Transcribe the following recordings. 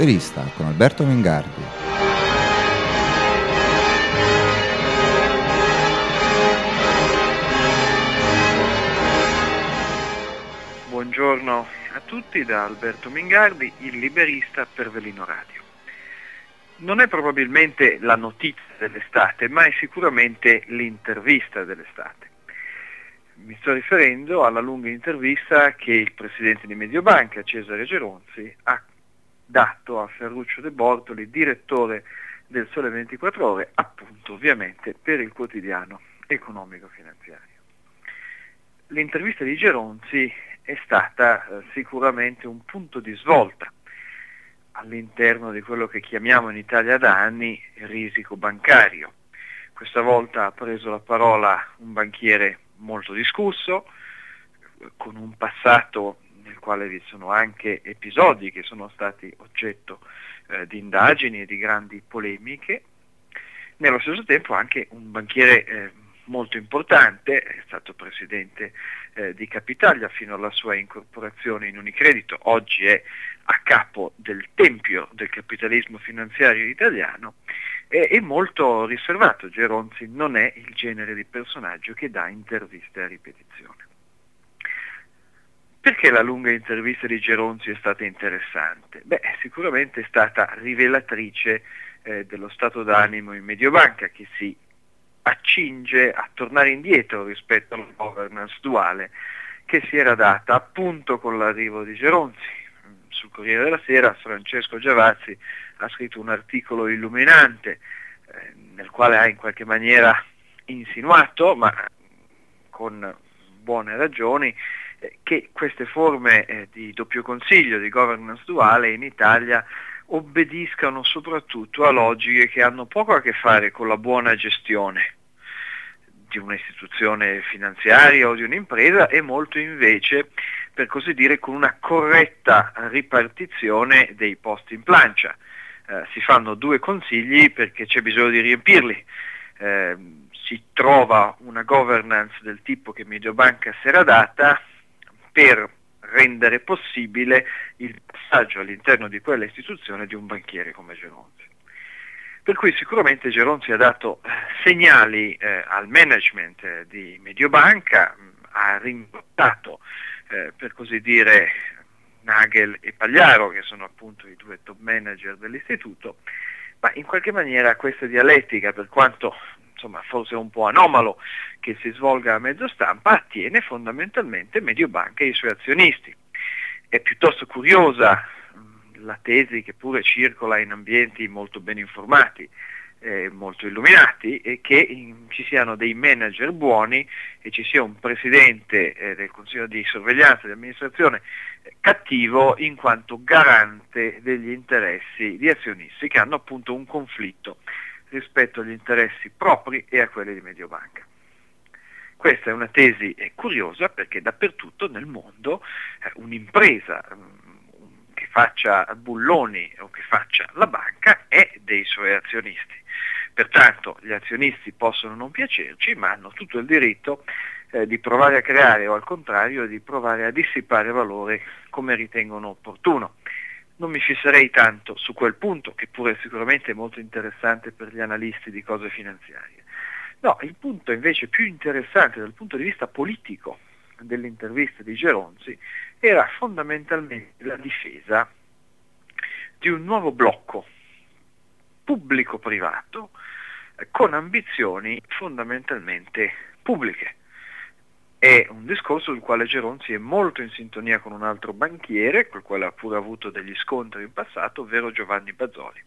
Liberista con Alberto Mingardi. Buongiorno a tutti da Alberto Mingardi, il Liberista per Velino Radio. Non è probabilmente la notizia dell'estate, ma è sicuramente l'intervista dell'estate. Mi sto riferendo alla lunga intervista che il presidente di Mediobanca, Cesare Geronzi, ha dato a Ferruccio De Bortoli, direttore del Sole 24 Ore, appunto ovviamente per il quotidiano economico-finanziario. L'intervista di Geronzi è stata sicuramente un punto di svolta all'interno di quello che chiamiamo in Italia da anni il risico bancario. Questa volta ha preso la parola un banchiere molto discusso, con un passato nel quale vi sono anche episodi che sono stati oggetto di indagini e di grandi polemiche. Nello stesso tempo anche un banchiere molto importante, è stato presidente di Capitalia fino alla sua incorporazione in Unicredito, oggi è a capo del tempio del capitalismo finanziario italiano, è molto riservato. Geronzi non è il genere di personaggio che dà interviste a ripetizione. Perché la lunga intervista di Geronzi è stata interessante? Sicuramente è stata rivelatrice dello stato d'animo in Mediobanca, che si accinge a tornare indietro rispetto alla governance duale che si era data appunto con l'arrivo di Geronzi. Sul Corriere della Sera Francesco Giavazzi ha scritto un articolo illuminante nel quale ha in qualche maniera insinuato, ma con buone ragioni, che queste forme di doppio consiglio, di governance duale in Italia obbediscano soprattutto a logiche che hanno poco a che fare con la buona gestione di un'istituzione finanziaria o di un'impresa e molto invece, per così dire, con una corretta ripartizione dei posti in plancia. Si fanno due consigli perché c'è bisogno di riempirli. Si trova una governance del tipo che Mediobanca si era data per rendere possibile il passaggio all'interno di quella istituzione di un banchiere come Geronzi. Per cui sicuramente Geronzi ha dato segnali al management di Mediobanca, ha rimbottato per così dire Nagel e Pagliaro, che sono appunto i due top manager dell'istituto, ma in qualche maniera questa dialettica, per quanto forse un po' anomalo che si svolga a mezzo stampa, attiene fondamentalmente Mediobanca e i suoi azionisti. È piuttosto curiosa la tesi che pure circola in ambienti molto ben informati, molto illuminati, e che ci siano dei manager buoni e ci sia un presidente del Consiglio di sorveglianza e di amministrazione cattivo in quanto garante degli interessi di azionisti che hanno appunto un conflitto rispetto agli interessi propri e a quelli di Mediobanca. Questa è una tesi curiosa perché dappertutto nel mondo un'impresa che faccia bulloni o che faccia la banca è dei suoi azionisti. Pertanto gli azionisti possono non piacerci, ma hanno tutto il diritto di provare a creare o al contrario di provare a dissipare valore come ritengono opportuno. Non mi fisserei tanto su quel punto, che pure sicuramente è molto interessante per gli analisti di cose finanziarie. No, il punto invece più interessante dal punto di vista politico dell'intervista di Geronzi era fondamentalmente la difesa di un nuovo blocco pubblico-privato con ambizioni fondamentalmente pubbliche. È un discorso sul quale Geronzi è molto in sintonia con un altro banchiere, col quale ha pure avuto degli scontri in passato, ovvero Giovanni Bazzoli.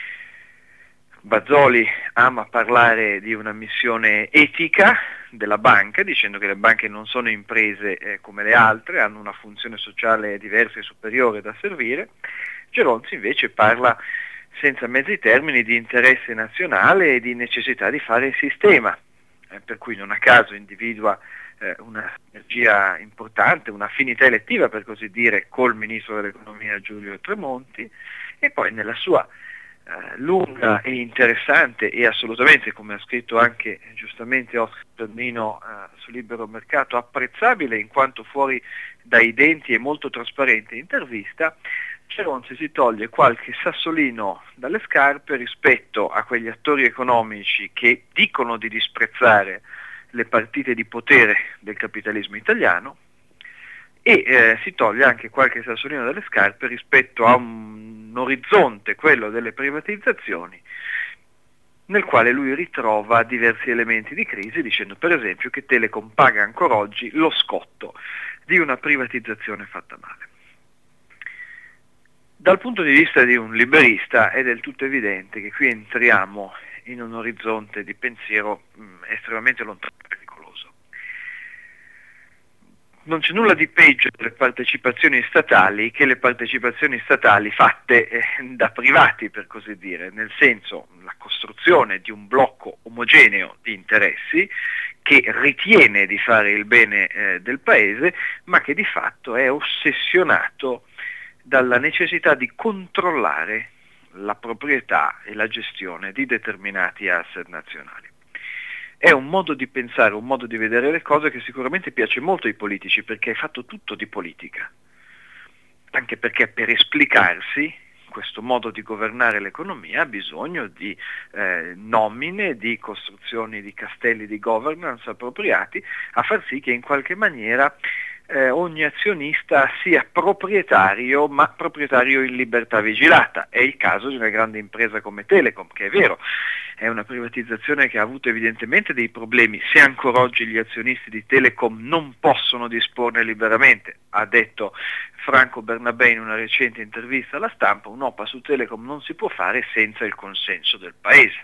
Bazzoli ama parlare di una missione etica della banca, dicendo che le banche non sono imprese come le altre, hanno una funzione sociale diversa e superiore da servire. Geronzi invece parla senza mezzi termini di interesse nazionale e di necessità di fare sistema, per cui non a caso individua una sinergia importante, un'affinità elettiva per così dire col ministro dell'economia Giulio Tremonti, e poi nella sua lunga e interessante e assolutamente, come ha scritto anche giustamente Oscar Giannino su Libero Mercato, apprezzabile in quanto fuori dai denti e molto trasparente intervista, Geronzi si toglie qualche sassolino dalle scarpe rispetto a quegli attori economici che dicono di disprezzare le partite di potere del capitalismo italiano e si toglie anche qualche sassolino dalle scarpe rispetto a un orizzonte, quello delle privatizzazioni, nel quale lui ritrova diversi elementi di crisi, dicendo per esempio che Telecom paga ancora oggi lo scotto di una privatizzazione fatta male. Dal punto di vista di un liberista è del tutto evidente che qui entriamo in un orizzonte di pensiero estremamente lontano e pericoloso. Non c'è nulla di peggio delle partecipazioni statali che le partecipazioni statali fatte da privati, per così dire, nel senso la costruzione di un blocco omogeneo di interessi che ritiene di fare il bene del paese, ma che di fatto è ossessionato dalla necessità di controllare la proprietà e la gestione di determinati asset nazionali. È un modo di pensare, un modo di vedere le cose che sicuramente piace molto ai politici, perché è fatto tutto di politica, anche perché per esplicarsi questo modo di governare l'economia ha bisogno di nomine, di costruzioni di castelli di governance appropriati, a far sì che in qualche maniera ogni azionista sia proprietario, ma proprietario in libertà vigilata. È il caso di una grande impresa come Telecom, che è vero, è una privatizzazione che ha avuto evidentemente dei problemi, se ancora oggi gli azionisti di Telecom non possono disporne liberamente, ha detto Franco Bernabé in una recente intervista alla stampa, un'OPA su Telecom non si può fare senza il consenso del paese.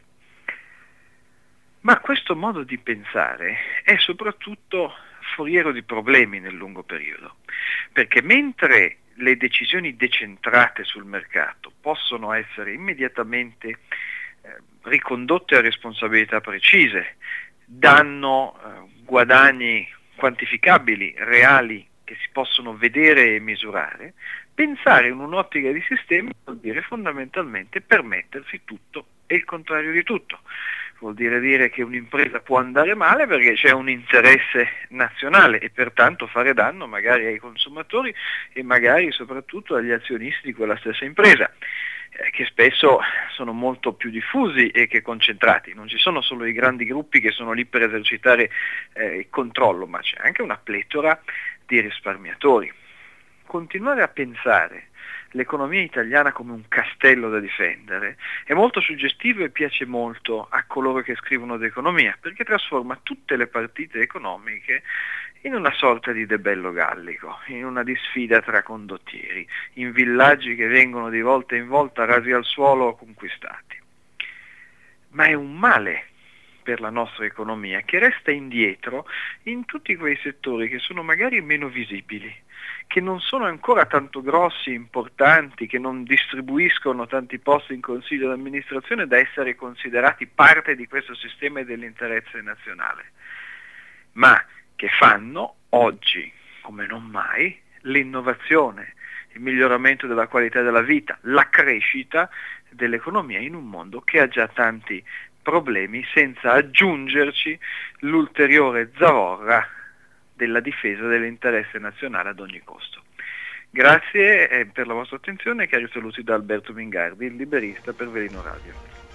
Ma questo modo di pensare è soprattutto foriero di problemi nel lungo periodo, perché mentre le decisioni decentrate sul mercato possono essere immediatamente ricondotte a responsabilità precise, danno guadagni quantificabili, reali, che si possono vedere e misurare, pensare in un'ottica di sistema vuol dire fondamentalmente permettersi tutto e il contrario di tutto. Vuol dire che un'impresa può andare male perché c'è un interesse nazionale e pertanto fare danno magari ai consumatori e magari soprattutto agli azionisti di quella stessa impresa, che spesso sono molto più diffusi e che concentrati. Non ci sono solo i grandi gruppi che sono lì per esercitare il controllo, ma c'è anche una pletora di risparmiatori. Continuare a pensare l'economia italiana come un castello da difendere è molto suggestivo e piace molto a coloro che scrivono d'economia, perché trasforma tutte le partite economiche in una sorta di debello gallico, in una disfida tra condottieri, in villaggi che vengono di volta in volta rasi al suolo o conquistati. Ma è un male per la nostra economia che resta indietro in tutti quei settori che sono magari meno visibili, che non sono ancora tanto grossi, importanti, che non distribuiscono tanti posti in consiglio d'amministrazione da essere considerati parte di questo sistema e dell'interesse nazionale, ma che fanno oggi, come non mai, l'innovazione, il miglioramento della qualità della vita, la crescita dell'economia in un mondo che ha già tanti problemi, senza aggiungerci l'ulteriore zavorra della difesa dell'interesse nazionale ad ogni costo. Grazie per la vostra attenzione, cari saluti da Alberto Mingardi, il liberista per Velino Radio.